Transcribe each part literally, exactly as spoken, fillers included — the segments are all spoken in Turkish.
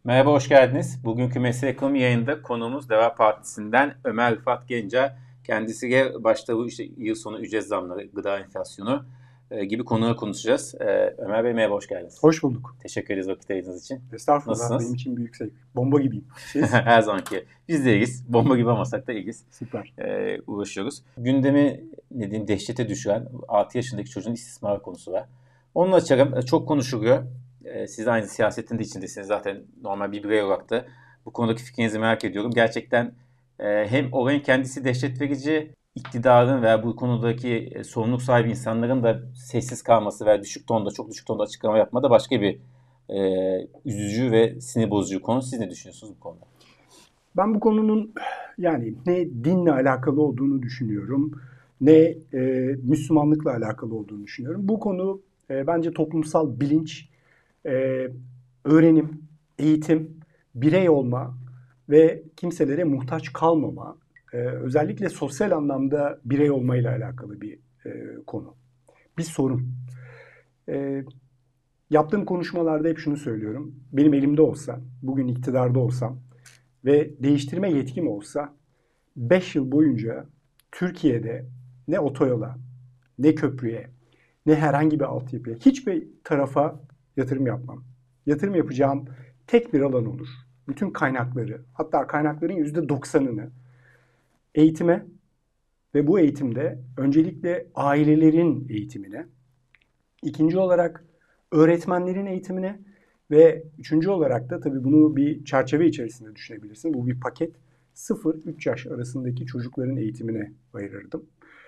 Merhaba, hoş geldiniz. Bugünkü Mesele Ekonomi yayında konuğumuz Deva Partisi'nden Ömer Rıfat Genca. Kendisiyle başta bu işte yıl sonu ücret zamları, gıda enflasyonu e, gibi konuları konuşacağız. E, Ömer Bey merhaba, hoş geldiniz. Hoş bulduk. Teşekkür ederiz vakit ayırdığınız için. Estağfurullah. Benim Nasılsınız? için büyük zevk. Bomba gibiyim. Siz? Her zamanki. Biz de iyiyiz. Bomba gibi olmasak da iyiyiz. Süper. E, uğraşıyoruz. Gündemi ne diyeyim, dehşete düşüren altı yaşındaki çocuğun istismar konusu var. Onu açarım. E, Çok konuşuluyor. E, Siz de aynı siyasetin de içindesiniz. Zaten normal bir birey olarak da bu konudaki fikrinizi merak ediyorum. Gerçekten e, hem olayın kendisi dehşet verici, iktidarın veya bu konudaki e, sorumluluk sahibi insanların da sessiz kalması veya düşük tonda, çok düşük tonda açıklama yapma da başka bir e, üzücü ve sinir bozucu konu. Siz ne düşünüyorsunuz bu konuda? Ben bu konunun yani ne dinle alakalı olduğunu düşünüyorum, ne e, Müslümanlıkla alakalı olduğunu düşünüyorum. Bu konu e, bence toplumsal bilinç, e, öğrenim, eğitim, birey olma ve kimselere muhtaç kalmama, e, özellikle sosyal anlamda birey olmayla alakalı bir e, konu. Bir sorun. E, Yaptığım konuşmalarda hep şunu söylüyorum. Benim elimde olsa, bugün iktidarda olsam ve değiştirme yetkim olsa beş yıl boyunca Türkiye'de ne otoyola, ne köprüye, ne herhangi bir altyapıya, hiçbir tarafa yatırım yapmam. Yatırım yapacağım tek bir alan olur. Bütün kaynakları, hatta kaynakların yüzde doksanını eğitime ve bu eğitimde öncelikle ailelerin eğitimine, İkinci olarak öğretmenlerin eğitimine ve üçüncü olarak da tabii bunu bir çerçeve içerisinde düşünebilirsin. Bu bir paket. sıfır üç yaş arasındaki çocukların eğitimine ayırırdım.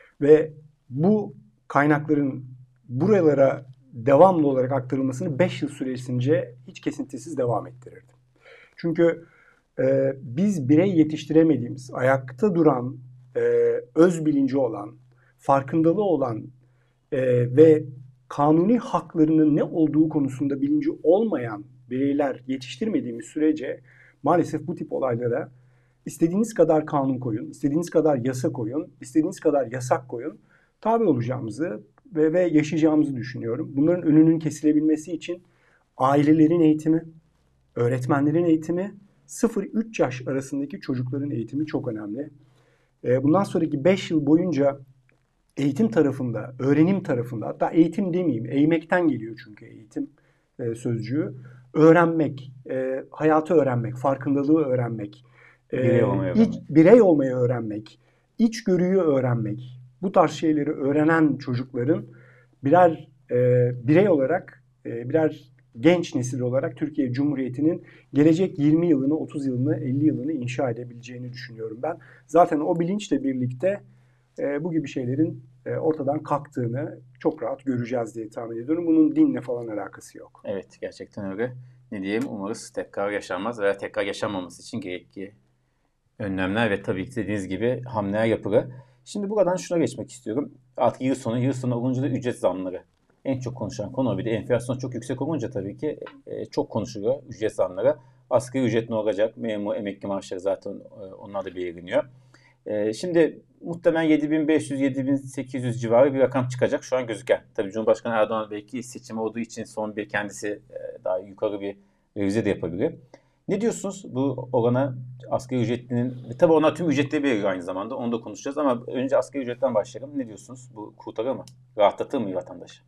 Ve bu kaynakların buralara devamlı olarak aktarılmasını beş yıl süresince hiç kesintisiz devam ettirirdim. Çünkü e, biz birey yetiştiremediğimiz, ayakta duran, e, öz bilinci olan, farkındalığı olan e, ve kanuni haklarının ne olduğu konusunda bilinci olmayan bireyler yetiştirmediğimiz sürece maalesef bu tip olaylara istediğiniz kadar kanun koyun, istediğiniz kadar yasa koyun, istediğiniz kadar yasak koyun, tabi olacağımızı ve, ve yaşayacağımızı düşünüyorum. Bunların önünün kesilebilmesi için ailelerin eğitimi, öğretmenlerin eğitimi, sıfır üç yaş arasındaki çocukların eğitimi çok önemli. E, bundan sonraki beş yıl boyunca eğitim tarafında, öğrenim tarafında, hatta eğitim demeyeyim, eğmekten geliyor çünkü eğitim e, sözcüğü. Öğrenmek, e, hayatı öğrenmek, farkındalığı öğrenmek, Birey e, olmayı iç, öğrenmek. birey olmayı öğrenmek, içgörüyü öğrenmek. Bu tarz şeyleri öğrenen çocukların birer e, birey olarak, e, birer genç nesil olarak Türkiye Cumhuriyeti'nin gelecek yirmi yılını, otuz yılını, elli yılını inşa edebileceğini düşünüyorum ben. Zaten o bilinçle birlikte e, bu gibi şeylerin e, ortadan kalktığını çok rahat göreceğiz diye tahmin ediyorum. Bunun dinle falan alakası yok. Evet, gerçekten öyle. Ne diyeyim, umarız tekrar yaşanmaz veya tekrar yaşanmaması için gerekli önlemler ve tabii ki dediğiniz gibi hamleler yapılır. Şimdi buradan şuna geçmek istiyorum. Artık yıl sonu, yıl sonu olunca da ücret zamları. En çok konuşulan konu, bir de enflasyon çok yüksek olunca tabii ki e, çok konuşuluyor ücret zamları. Asgari ücret ne olacak? Memur, emekli maaşları zaten e, onlar da belirleniyor. E, şimdi muhtemelen yedi bin beş yüz yedi bin sekiz yüz civarı bir rakam çıkacak şu an gözüken. Tabii Cumhurbaşkanı Erdoğan belki seçimi olduğu için son bir kendisi e, daha yukarı bir revize de yapabilir. Ne diyorsunuz bu orana, asgari ücretlinin, tabii onlar tüm ücretleri belirliyor aynı zamanda, onu da konuşacağız ama önce asgari ücretten başlayalım. Ne diyorsunuz? Bu kurtarır mı? Rahatlatır mı vatandaşı?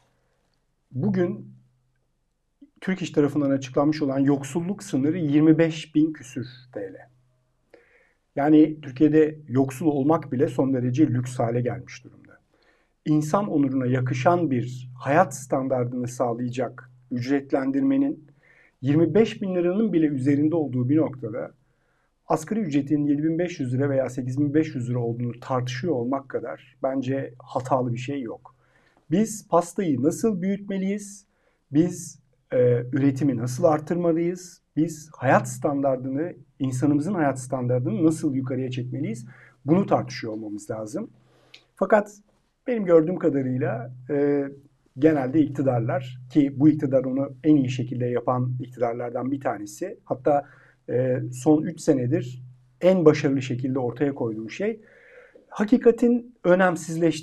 Bugün Türk İş tarafından açıklanmış olan yoksulluk sınırı yirmi beş bin küsür T L. Yani Türkiye'de yoksul olmak bile son derece lüks hale gelmiş durumda. İnsan onuruna yakışan bir hayat standardını sağlayacak ücretlendirmenin yirmi beş bin liranın bile üzerinde olduğu bir noktada asgari ücretin yedi bin beş yüz lira veya sekiz bin beş yüz lira olduğunu tartışıyor olmak kadar bence hatalı bir şey yok. Biz pastayı nasıl büyütmeliyiz? Biz e, üretimi nasıl artırmalıyız? Biz hayat standardını, insanımızın hayat standardını nasıl yukarıya çekmeliyiz? Bunu tartışıyor olmamız lazım. Fakat benim gördüğüm kadarıyla e, genelde iktidarlar, ki bu iktidar onu en iyi şekilde yapan iktidarlardan bir tanesi. Hatta e, son üç senedir en başarılı şekilde ortaya koyduğu şey hakikatin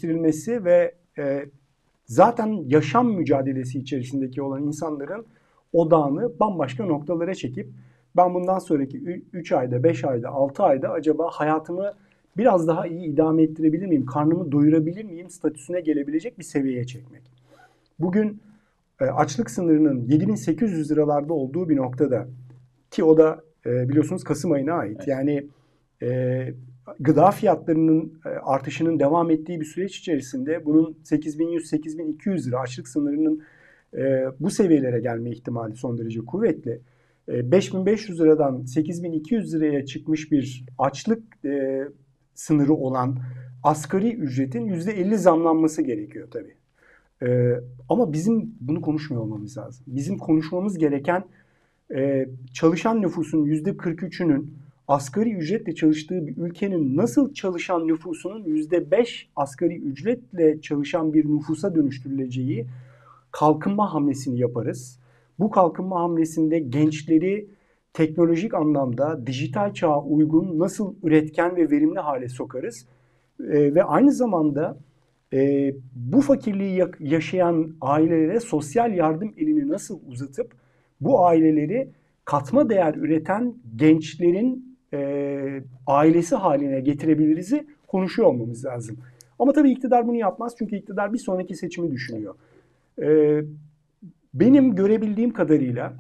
önemsizleştirilmesi ve e, zaten yaşam mücadelesi içerisindeki olan insanların odağını bambaşka noktalara çekip ben bundan sonraki üç ayda, beş ayda, altı ayda acaba hayatımı biraz daha iyi idame ettirebilir miyim, karnımı doyurabilir miyim statüsüne gelebilecek bir seviyeye çekmek. Bugün e, açlık sınırının yedi bin sekiz yüz liralarda olduğu bir noktada ki o da e, biliyorsunuz Kasım ayına ait. Evet. Yani e, gıda fiyatlarının e, artışının devam ettiği bir süreç içerisinde bunun sekiz bin yüz sekiz bin iki yüz lira açlık sınırının e, bu seviyelere gelme ihtimali son derece kuvvetli. E, beş bin beş yüz liradan sekiz bin iki yüz liraya çıkmış bir açlık e, sınırı olan asgari ücretin yüzde elli zamlanması gerekiyor tabii. Ee, ama bizim bunu konuşmuyor olmamız lazım. Bizim konuşmamız gereken e, çalışan nüfusun yüzde kırk üçünün asgari ücretle çalıştığı bir ülkenin nasıl çalışan nüfusunun yüzde beş asgari ücretle çalışan bir nüfusa dönüştürüleceği kalkınma hamlesini yaparız. Bu kalkınma hamlesinde gençleri teknolojik anlamda dijital çağa uygun nasıl üretken ve verimli hale sokarız. E, ve aynı zamanda e, bu fakirliği yaşayan ailelere sosyal yardım elini nasıl uzatıp bu aileleri katma değer üreten gençlerin e, ailesi haline getirebiliriz konuşuyor olmamız lazım. Ama tabii iktidar bunu yapmaz çünkü iktidar bir sonraki seçimi düşünüyor. E, benim görebildiğim kadarıyla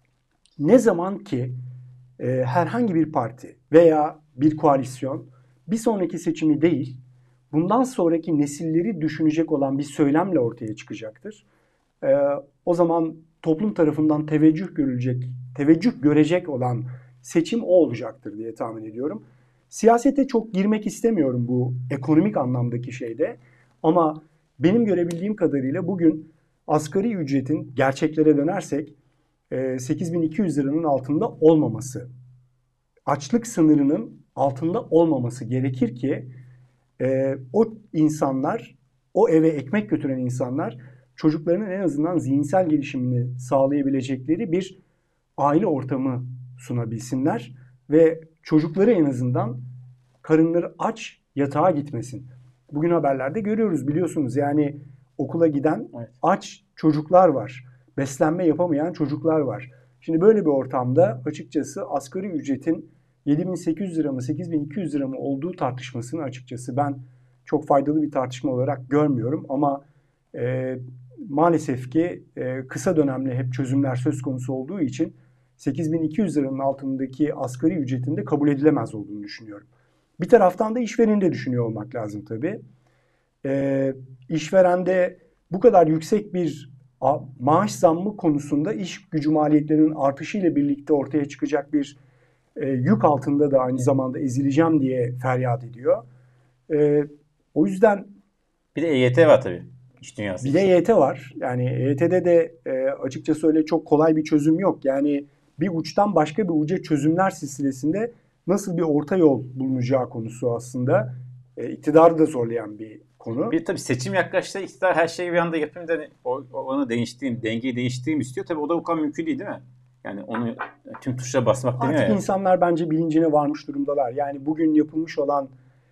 ne zaman ki e, herhangi bir parti veya bir koalisyon bir sonraki seçimi değil, bundan sonraki nesilleri düşünecek olan bir söylemle ortaya çıkacaktır. E, o zaman toplum tarafından teveccüh görülecek, teveccüh görecek olan seçim o olacaktır diye tahmin ediyorum. Siyasete çok girmek istemiyorum bu ekonomik anlamdaki şeyde. Ama benim görebildiğim kadarıyla bugün asgari ücretin gerçeklere dönersek sekiz bin iki yüz liranın altında olmaması, açlık sınırının altında olmaması gerekir ki e, o insanlar, o eve ekmek götüren insanlar çocuklarının en azından zihinsel gelişimini sağlayabilecekleri bir aile ortamı sunabilsinler ve çocukları en azından karınları aç yatağa gitmesin. Bugün haberlerde görüyoruz biliyorsunuz yani okula giden evet. aç çocuklar var. Beslenme yapamayan çocuklar var. Şimdi böyle bir ortamda açıkçası asgari ücretin yedi bin sekiz yüz lira mı sekiz bin iki yüz lira mı olduğu tartışmasını açıkçası ben çok faydalı bir tartışma olarak görmüyorum. Ama e, maalesef ki e, kısa dönemli hep çözümler söz konusu olduğu için sekiz bin iki yüz liranın altındaki asgari ücretin de kabul edilemez olduğunu düşünüyorum. Bir taraftan da işvereni de düşünüyor olmak lazım tabii. E, işverende bu kadar yüksek bir maaş zammı konusunda iş gücü maliyetlerinin artışıyla birlikte ortaya çıkacak bir e, yük altında da aynı zamanda ezileceğim diye feryat ediyor. E, o yüzden bir de E Y T var tabii iş dünyası. Bir de E Y T var. Yani E Y T'de de e, açıkçası öyle çok kolay bir çözüm yok. Yani bir uçtan başka bir uca çözümler silsilesinde nasıl bir orta yol bulunacağı konusu aslında e, iktidarı da zorlayan bir konu. Bir tabii seçim yaklaştı, iktidar her şeyi bir anda yapayım da onu değiştireyim, dengeyi değiştireyim istiyor. Tabii o da bu kadar mümkün değil değil mi? Yani onu tüm tuşlara basmak demiyor ya. Artık insanlar bence bilincine varmış durumdalar. Yani bugün yapılmış olan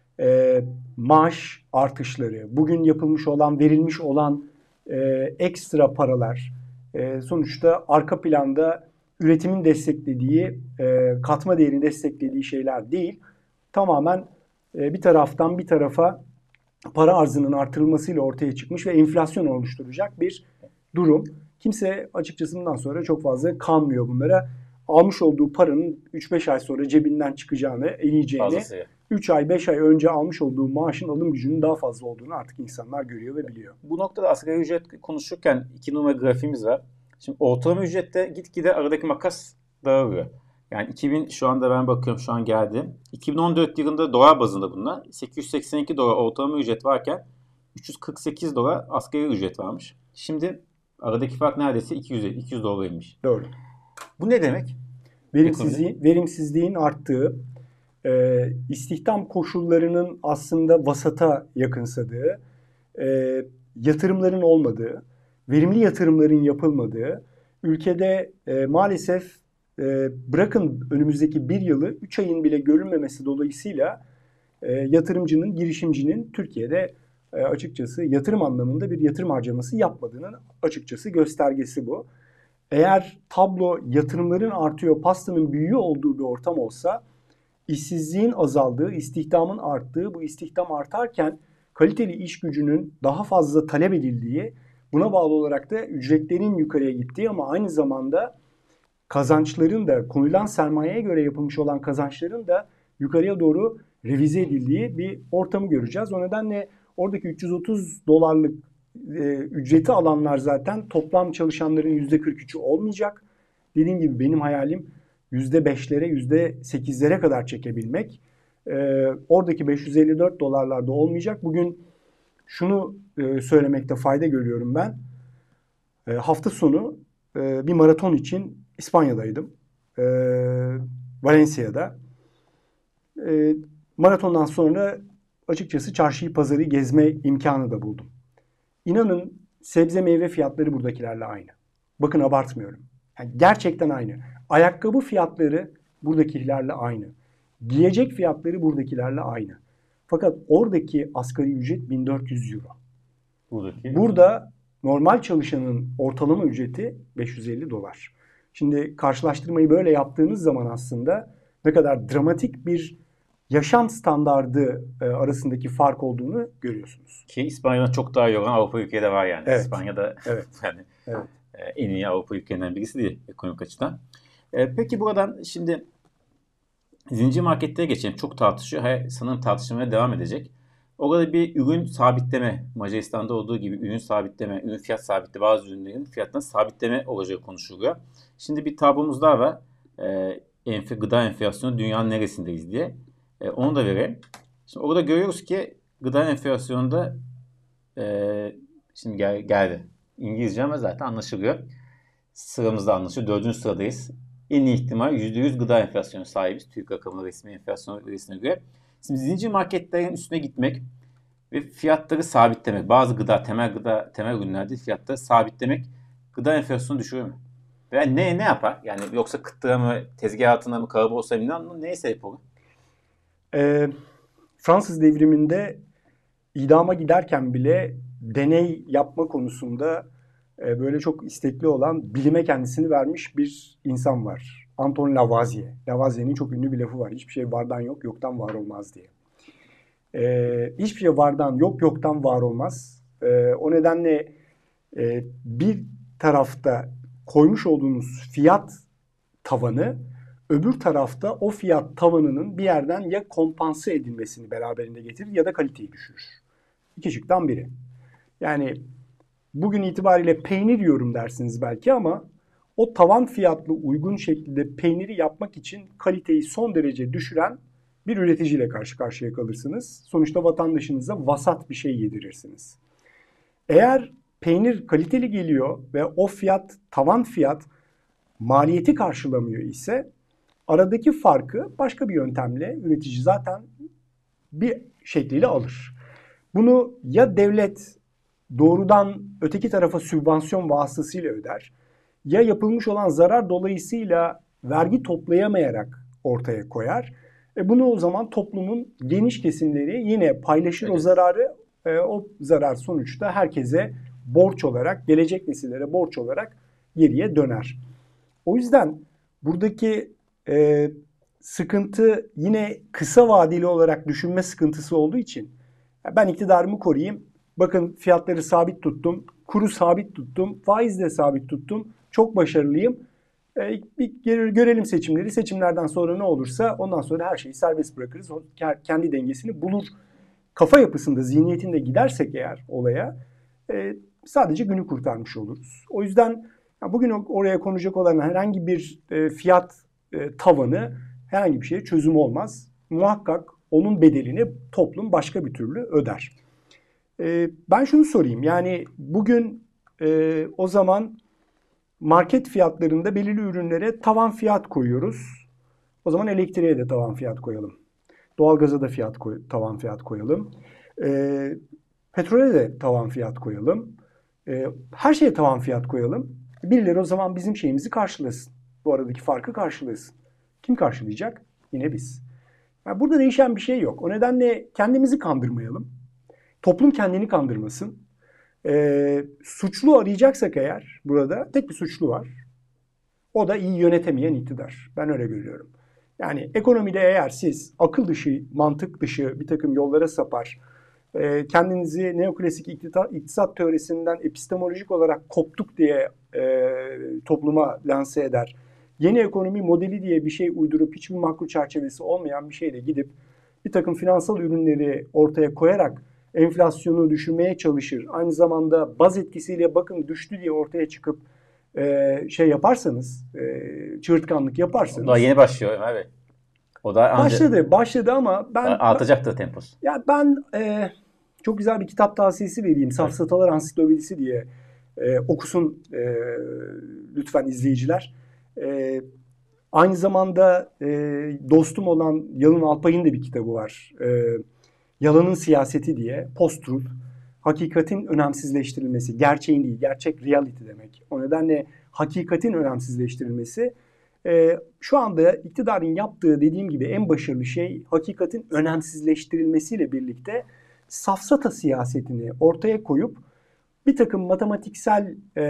e, maaş artışları, bugün yapılmış olan, verilmiş olan e, ekstra paralar e, sonuçta arka planda üretimin desteklediği, e, katma değerini desteklediği şeyler değil. Tamamen e, bir taraftan bir tarafa para arzının artırılmasıyla ortaya çıkmış ve enflasyon oluşturacak bir durum. Kimse açıkçası bundan sonra çok fazla kanmıyor bunlara. Almış olduğu paranın üç beş ay sonra cebinden çıkacağını, eriyeceğini, üç ay beş ay önce almış olduğu maaşın alım gücünün daha fazla olduğunu artık insanlar görüyor ve biliyor. Bu noktada asgari ücret konuşurken iki numara grafiğimiz var. Şimdi ortalama ücrette gitgide aradaki makas dağılıyor. Yani iki bin şu anda ben bakıyorum şu an geldi. iki bin on dört yılında dolar bazında bunlar. sekiz yüz seksen iki dolar ortalama ücret varken üç yüz kırk sekiz dolar asgari ücret varmış. Şimdi aradaki fark neredeyse iki yüz iki yüz dolara inmiş. Doğru. Bu ne demek? Verimsizliğin, verimsizliğin arttığı, e, istihdam koşullarının aslında vasata yakınsadığı, e, yatırımların olmadığı, verimli yatırımların yapılmadığı, ülkede e, maalesef e, bırakın önümüzdeki bir yılı üç ayın bile görülmemesi dolayısıyla e, yatırımcının, girişimcinin Türkiye'de e, açıkçası yatırım anlamında bir yatırım harcaması yapmadığının açıkçası göstergesi bu. Eğer tablo yatırımların artıyor, pastanın büyüyor olduğu bir ortam olsa, işsizliğin azaldığı, istihdamın arttığı, bu istihdam artarken kaliteli iş gücünün daha fazla talep edildiği, buna bağlı olarak da ücretlerin yukarıya gittiği ama aynı zamanda kazançların da konulan sermayeye göre yapılmış olan kazançların da yukarıya doğru revize edildiği bir ortamı göreceğiz. O nedenle oradaki üç yüz otuz dolarlık e, ücreti alanlar zaten toplam çalışanların yüzde kırk üçü olmayacak. Dediğim gibi benim hayalim yüzde beşlere, yüzde sekizlere kadar çekebilmek. E, oradaki beş yüz elli dört dolarlarda olmayacak. Bugün şunu e, söylemekte fayda görüyorum ben. E, hafta sonu e, bir maraton için İspanya'daydım. E, Valencia'da. E, maratondan sonra açıkçası çarşıyı, pazarı gezme imkanı da buldum. İnanın sebze meyve fiyatları buradakilerle aynı. Bakın abartmıyorum. Yani gerçekten aynı. Ayakkabı fiyatları buradakilerle aynı. Giyecek fiyatları buradakilerle aynı. Fakat oradaki asgari ücret bin dört yüz euro. Buradaki. Burada normal çalışanın ortalama ücreti beş yüz elli dolar. Şimdi karşılaştırmayı böyle yaptığınız zaman aslında ne kadar dramatik bir yaşam standardı e, arasındaki fark olduğunu görüyorsunuz. Ki İspanya'dan çok daha iyi olan Avrupa ülkeleri de var yani. Evet. İspanya'da Evet. yani Evet. en iyi Avrupa ülkelerinden birisi değil ekonomik açıdan. E, peki buradan şimdi zincir marketlere geçelim. Çok tartışıyor. Hayır, sanırım tartışmaya devam edecek. Orada bir ürün sabitleme, Macaristan'da olduğu gibi ürün sabitleme, ürün fiyat sabitleme, bazı ürünlerin fiyatlarını sabitleme olacağı konuşuluyor. Şimdi bir tablomuz daha var. E, enf gıda enflasyonu dünyanın neresindeyiz diye. E, onu da verelim. Şimdi orada görüyoruz ki gıda enflasyonunda e, şimdi gel, geldi. İngilizce ama zaten anlaşılıyor. Sıramızda anlaşılıyor. Dördüncü sıradayız. En iyi ihtimal yüzde yüz gıda enflasyonu sahibiz. TÜİK rakamı resmi enflasyon verisine göre. Şimdi zincir marketlerin üstüne gitmek ve fiyatları sabitlemek. Bazı gıda, temel gıda, temel ürünlerde fiyatları sabitlemek gıda enflasyonu düşürür mü? Ve ne ne yapar? Yani yoksa kıtlığa mı, tezgah altına mı, kalıbı olsa mı, neye sebep olur? Ee, Fransız devriminde idama giderken bile deney yapma konusunda e, böyle çok istekli olan, bilime kendisini vermiş bir insan var. Antoine Lavoisier. Lavoisier'in çok ünlü bir lafı var. Hiçbir şey vardan yok, yoktan var olmaz diye. Ee, hiçbir şey vardan yok, yoktan var olmaz. Ee, o nedenle e, bir tarafta koymuş olduğunuz fiyat tavanı, öbür tarafta o fiyat tavanının bir yerden ya kompanse edilmesini beraberinde getirir ya da kaliteyi düşürür. İki şıktan biri. Yani bugün itibariyle peynir yiyorum dersiniz belki ama o tavan fiyatlı uygun şekilde peyniri yapmak için kaliteyi son derece düşüren bir üreticiyle karşı karşıya kalırsınız. Sonuçta vatandaşınıza vasat bir şey yedirirsiniz. Eğer peynir kaliteli geliyor ve o fiyat, tavan fiyat maliyeti karşılamıyor ise aradaki farkı başka bir yöntemle üretici zaten bir şekliyle alır. Bunu ya devlet doğrudan öteki tarafa sübvansiyon vasıtasıyla öder ya yapılmış olan zarar dolayısıyla vergi toplayamayarak ortaya koyar. E bunu o zaman toplumun geniş kesimleri yine paylaşır evet. O zararı. E, o zarar sonuçta herkese borç olarak, gelecek nesillere borç olarak geriye döner. O yüzden buradaki e, sıkıntı yine kısa vadeli olarak düşünme sıkıntısı olduğu için ben iktidarımı koruyayım. Bakın fiyatları sabit tuttum, kuru sabit tuttum, faiz de sabit tuttum. Çok başarılıyım. E, bir görelim seçimleri. Seçimlerden sonra ne olursa ondan sonra her şeyi serbest bırakırız. O kendi dengesini bulur. Kafa yapısında, zihniyetinde gidersek eğer olaya e, sadece günü kurtarmış oluruz. O yüzden bugün oraya konacak olan herhangi bir e, fiyat e, tavanı herhangi bir şeye çözüm olmaz. Muhakkak onun bedelini toplum başka bir türlü öder. E, ben şunu sorayım. Yani bugün e, o zaman market fiyatlarında belirli ürünlere tavan fiyat koyuyoruz. O zaman elektriğe de tavan fiyat koyalım. Doğalgaza da fiyat koy, tavan fiyat koyalım. E, petrole de tavan fiyat koyalım. E, her şeye tavan fiyat koyalım. Birileri o zaman bizim şeyimizi karşılasın. Bu aradaki farkı karşılasın. Kim karşılayacak? Yine biz. Yani burada değişen bir şey yok. O nedenle kendimizi kandırmayalım. Toplum kendini kandırmasın. E, suçlu arayacaksak eğer burada tek bir suçlu var. O da iyi yönetemeyen iktidar. Ben öyle görüyorum. Yani ekonomide eğer siz akıl dışı, mantık dışı bir takım yollara sapar, e, kendinizi neoklasik iktidar, iktisat teorisinden epistemolojik olarak koptuk diye e, topluma lanse eder, yeni ekonomi modeli diye bir şey uydurup hiçbir makro çerçevesi olmayan bir şeyle gidip bir takım finansal ürünleri ortaya koyarak enflasyonu düşürmeye çalışır. Aynı zamanda baz etkisiyle bakın düştü diye ortaya çıkıp e, şey yaparsanız, e, çığırtkanlık yaparsanız. Daha yeni başlıyor Ömer Bey. O da anca başladı, başladı ama ben artacaktır temposu. Ya ben e, çok güzel bir kitap tavsiyesi vereyim. Safsatalar Ansiklopedisi diye e, okusun e, lütfen izleyiciler. E, aynı zamanda e, dostum olan Yalın Alpay'ın da bir kitabı var. E, Yalanın Siyaseti diye. Post-truth. Hakikatin önemsizleştirilmesi. Gerçeğin değil. Gerçek reality demek. O nedenle hakikatin önemsizleştirilmesi. Ee, şu anda iktidarın yaptığı dediğim gibi en başarılı şey hakikatin önemsizleştirilmesiyle birlikte safsata siyasetini ortaya koyup bir takım matematiksel e,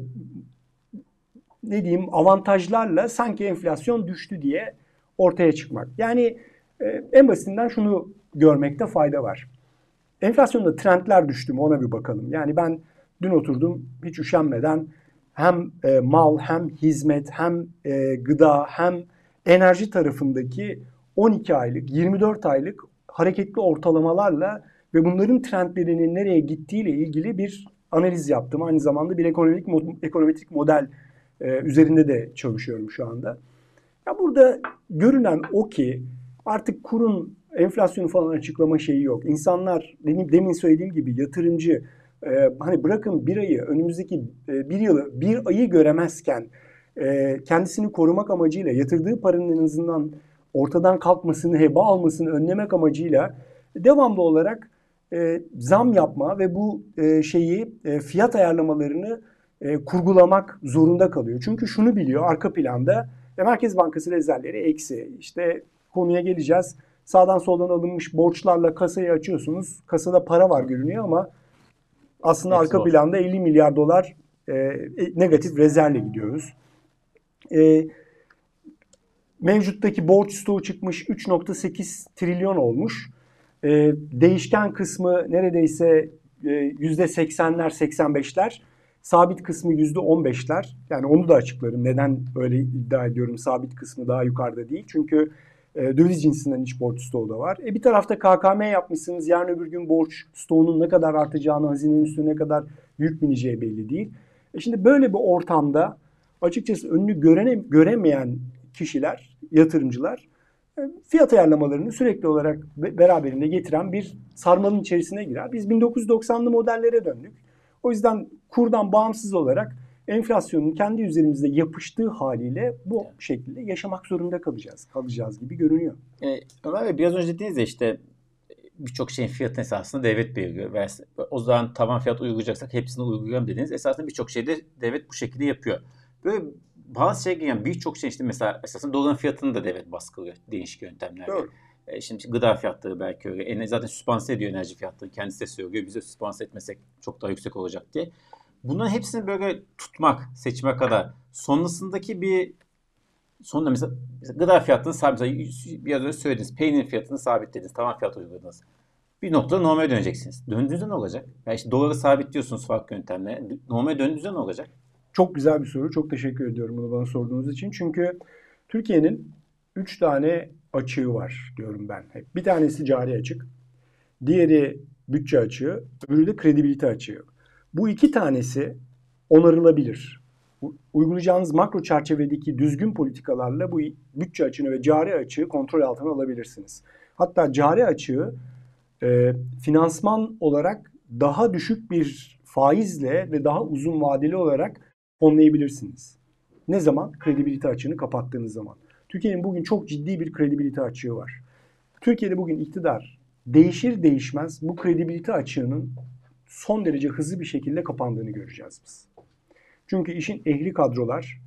ne diyeyim avantajlarla sanki enflasyon düştü diye ortaya çıkmak. Yani e, en basitinden şunu görmekte fayda var. Enflasyonda trendler düştü mü ona bir bakalım. Yani ben dün oturdum hiç üşenmeden hem e, mal hem hizmet hem e, gıda hem enerji tarafındaki on iki aylık yirmi dört aylık hareketli ortalamalarla ve bunların trendlerinin nereye gittiğiyle ilgili bir analiz yaptım. Aynı zamanda bir ekonomik ekonometrik model e, üzerinde de çalışıyorum şu anda. Ya burada görünen o ki artık kurun enflasyonu falan açıklama şeyi yok. İnsanlar benim demin söylediğim gibi yatırımcı e, hani bırakın bir ayı önümüzdeki e, bir yılı bir ayı göremezken e, kendisini korumak amacıyla yatırdığı paranın en azından ortadan kalkmasını, heba almasını önlemek amacıyla devamlı olarak e, zam yapma ve bu e, şeyi e, fiyat ayarlamalarını e, kurgulamak zorunda kalıyor. Çünkü şunu biliyor arka planda e, Merkez Bankası rezervleri eksi. İşte konuya geleceğiz. Sağdan soldan alınmış borçlarla kasayı açıyorsunuz. Kasada para var görünüyor ama aslında Hepsi arka boş. planda elli milyar dolar e, negatif rezervle gidiyoruz. E, mevcuttaki borç stoğu çıkmış üç nokta sekiz trilyon olmuş. E, değişken kısmı neredeyse e, yüzde seksenler seksen beşler. Sabit kısmı yüzde on beşler. Yani onu da açıklarım. Neden öyle iddia ediyorum sabit kısmı daha yukarıda değil. Çünkü e, döviz cinsinden iç borç stoğu da var. E, bir tarafta K K M yapmışsınız. Yarın öbür gün borç stoğunun ne kadar artacağını, hazinenin üstüne ne kadar yük bineceği belli değil. E, şimdi böyle bir ortamda açıkçası önünü görene, göremeyen kişiler, yatırımcılar e, fiyat ayarlamalarını sürekli olarak beraberinde getiren bir sarmalın içerisine girer. Biz bin dokuz yüz doksanlı modellere döndük. O yüzden kurdan bağımsız olarak enflasyonun kendi üzerimizde yapıştığı haliyle bu şekilde yaşamak zorunda kalacağız. Kalacağız gibi görünüyor. Ee, Ömer Bey biraz önce dediniz ya işte birçok şeyin fiyatını esasında devlet belirliyor. Ve o zaman tavan fiyat uygulayacaksak hepsini uygulayalım dediniz. Esasında birçok şeyde devlet bu şekilde yapıyor. Böyle bazı şey yani birçok şey işte mesela esasında doların fiyatını da devlet baskılıyor değişik yöntemlerle. Doğru. E şimdi gıda fiyatları belki öyle. E zaten süspanse ediyor enerji fiyatları. Kendisi de söylüyor. Biz de süspanse etmesek çok daha yüksek olacak diye. Bunların hepsini böyle tutmak, seçime kadar sonrasındaki bir sonunda mesela, mesela gıda fiyatını sabit, biraz önce söylediniz. Peynir fiyatını sabitlediniz. Tavan fiyat uyguladınız. Bir noktada normale döneceksiniz. Döndüğünüzde ne olacak? Yani işte doları sabitliyorsunuz farklı yöntemle. Normale döndüğünüzde ne olacak? Çok güzel bir soru. Çok teşekkür ediyorum bunu bana sorduğunuz için. Çünkü Türkiye'nin üç tane açığı var diyorum ben hep. Bir tanesi cari açık. Diğeri bütçe açığı. Öbürü de kredibilite açığı. Bu iki tanesi onarılabilir. Uygulayacağınız makro çerçevedeki düzgün politikalarla bu bütçe açığını ve cari açığı kontrol altına alabilirsiniz. Hatta cari açığı e, finansman olarak daha düşük bir faizle ve daha uzun vadeli olarak fonlayabilirsiniz. Ne zaman? Kredibilite açığını kapattığınız zaman. Türkiye'nin bugün çok ciddi bir kredibilite açığı var. Türkiye'de bugün iktidar değişir değişmez bu kredibilite açığının son derece hızlı bir şekilde kapandığını göreceğiz biz. Çünkü işin ehli kadrolar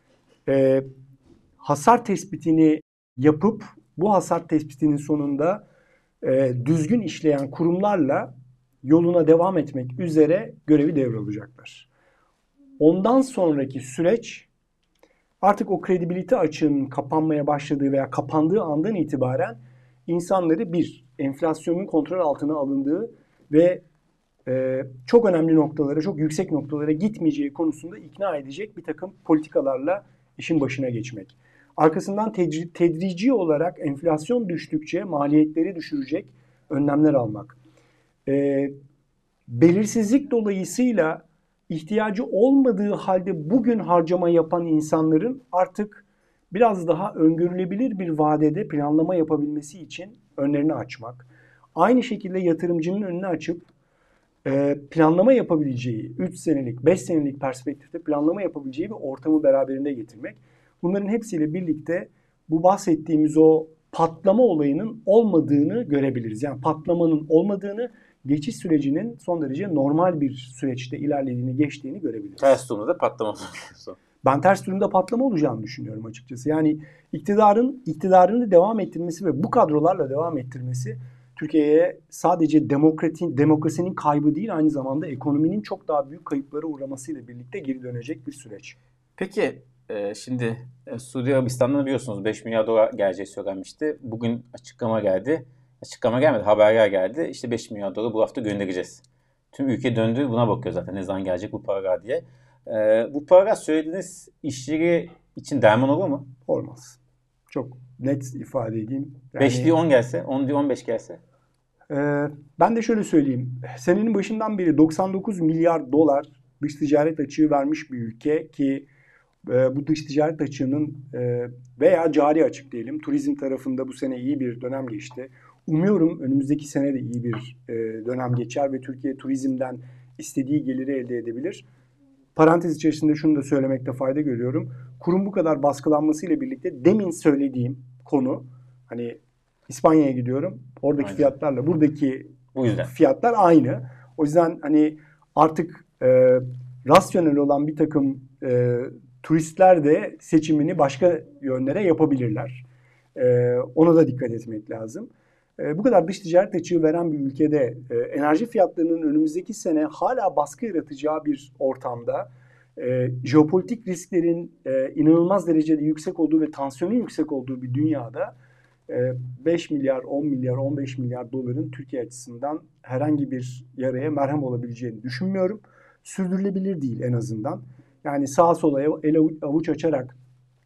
e, hasar tespitini yapıp bu hasar tespitinin sonunda e, düzgün işleyen kurumlarla yoluna devam etmek üzere görevi devralacaklar. Ondan sonraki süreç Artık o kredibilite açığının kapanmaya başladığı veya kapandığı andan itibaren insanları bir, enflasyonun kontrol altına alındığı ve e, çok önemli noktalara, çok yüksek noktalara gitmeyeceği konusunda ikna edecek bir takım politikalarla işin başına geçmek. Arkasından tedri- tedrici olarak enflasyon düştükçe maliyetleri düşürecek önlemler almak. E, Belirsizlik dolayısıyla ihtiyacı olmadığı halde bugün harcama yapan insanların artık biraz daha öngörülebilir bir vadede planlama yapabilmesi için önlerini açmak. Aynı şekilde yatırımcının önünü açıp e, planlama yapabileceği, üç senelik, beş senelik perspektifte planlama yapabileceği bir ortamı beraberinde getirmek. Bunların hepsiyle birlikte bu bahsettiğimiz o patlama olayının olmadığını görebiliriz. Yani patlamanın olmadığını, geçiş sürecinin son derece normal bir süreçte ilerlediğini, geçtiğini görebiliriz. Ters durumda da patlama oluyor. Ben ters durumda patlama olacağını düşünüyorum açıkçası. Yani iktidarın iktidarını devam ettirmesi ve bu kadrolarla devam ettirmesi Türkiye'ye sadece demokrati, demokrasinin kaybı değil, aynı zamanda ekonominin çok daha büyük kayıplara uğramasıyla birlikte geri dönecek bir süreç. Peki e, şimdi e, Suudi Arabistan'dan biliyorsunuz beş milyar dolar geleceği söylenmişti. Bugün açıklama geldi. Açıklama gelmedi, haberler geldi. İşte beş milyar doları bu hafta göndereceğiz. Tüm ülke döndü, buna bakıyor zaten ne zaman gelecek bu para diye. E, bu para söylediğiniz işleri için derman olur mu? Olmaz. Çok net ifade edeyim. Yani, beş diye on gelse, on diye on beş gelse. E, ben de şöyle söyleyeyim. Senenin başından beri doksan dokuz milyar dolar dış ticaret açığı vermiş bir ülke ki e, bu dış ticaret açığının e, veya cari açık diyelim, turizm tarafında bu sene iyi bir dönem geçti. Umuyorum önümüzdeki sene de iyi bir e, dönem geçer ve Türkiye turizmden istediği geliri elde edebilir. Parantez içerisinde şunu da söylemekte fayda görüyorum. Kurun bu kadar baskılanmasıyla birlikte demin söylediğim konu, hani İspanya'ya gidiyorum. Oradaki Aynen. fiyatlarla buradaki Bu yüzden. fiyatlar aynı. O yüzden hani artık e, rasyonel olan bir takım e, turistler de seçimini başka yönlere yapabilirler. E, ona da dikkat etmek lazım. E, bu kadar dış ticaret açığı veren bir ülkede e, enerji fiyatlarının önümüzdeki sene hala baskı yaratacağı bir ortamda e, jeopolitik risklerin e, inanılmaz derecede yüksek olduğu ve tansiyonun yüksek olduğu bir dünyada e, beş milyar, on milyar, on beş milyar doların Türkiye açısından herhangi bir yaraya merhem olabileceğini düşünmüyorum. Sürdürülebilir değil en azından. Yani sağa sola el avuç açarak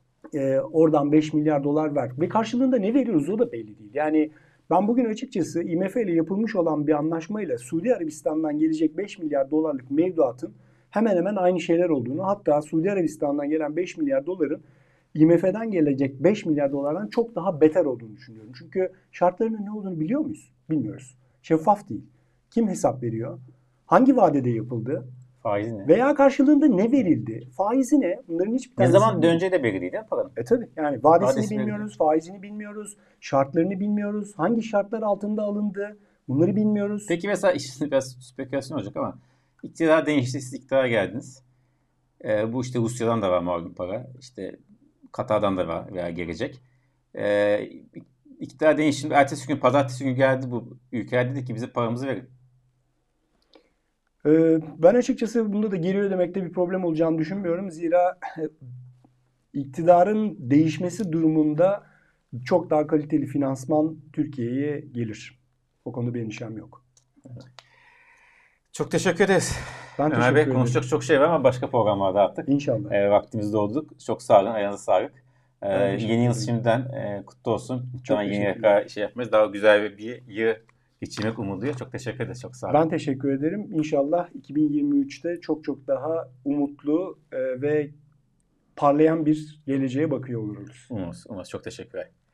e, oradan beş milyar dolar ver ve karşılığında ne veriyoruz o da belli değil. Yani ben bugün açıkçası I M F ile yapılmış olan bir anlaşmayla Suudi Arabistan'dan gelecek beş milyar dolarlık mevduatın hemen hemen aynı şeyler olduğunu, hatta Suudi Arabistan'dan gelen beş milyar doların I M F'den gelecek beş milyar dolardan çok daha beter olduğunu düşünüyorum. Çünkü şartlarının ne olduğunu biliyor muyuz? Bilmiyoruz. Şeffaf değil. Kim hesap veriyor? Hangi vadede yapıldı? Faizi ne? Veya karşılığında ne verildi? Faizi ne? Bunların hiçbir Ne tanesi zaman döneceği de belli değil değil mi paranın? E tabii yani vadesini Vadesi bilmiyoruz, faizini bilmiyoruz, şartlarını bilmiyoruz, hangi şartlar altında alındı bunları bilmiyoruz. Peki mesela işin biraz spekülasyon olacak ama iktidar değişti, siz iktidara geldiniz. Ee, bu işte Rusya'dan da var malum para. İşte Katar'dan da var veya gelecek. Ee, iktidar değişti. Ertesi gün, pazartesi günü geldi bu ülkeler dedi ki bize paramızı verin. Ee, ben açıkçası bunda da geri ödemekte bir problem olacağını düşünmüyorum. Zira iktidarın değişmesi durumunda çok daha kaliteli finansman Türkiye'ye gelir. O konuda bir endişem yok. Çok teşekkür ederiz. Ben Ömer teşekkür Bey, ederim. konuşacak çok şey var ama başka programlarda artık. İnşallah. E, vaktimiz doldu. Çok sağ olun. Ayağınıza sağlık. E, Ben teşekkür yeni yıl ederim. şimdiden e, kutlu olsun. Muhtemelen yeni teşekkürler. yaka şey yapmayız. Daha güzel bir yıl geçirmek umuduyla. Çok teşekkür ederiz. Çok sağ olun. Ben teşekkür ederim. İnşallah iki bin yirmi üçte çok çok daha umutlu e, ve parlayan bir geleceğe bakıyor oluruz. Umarız. Umarız. Çok teşekkürler.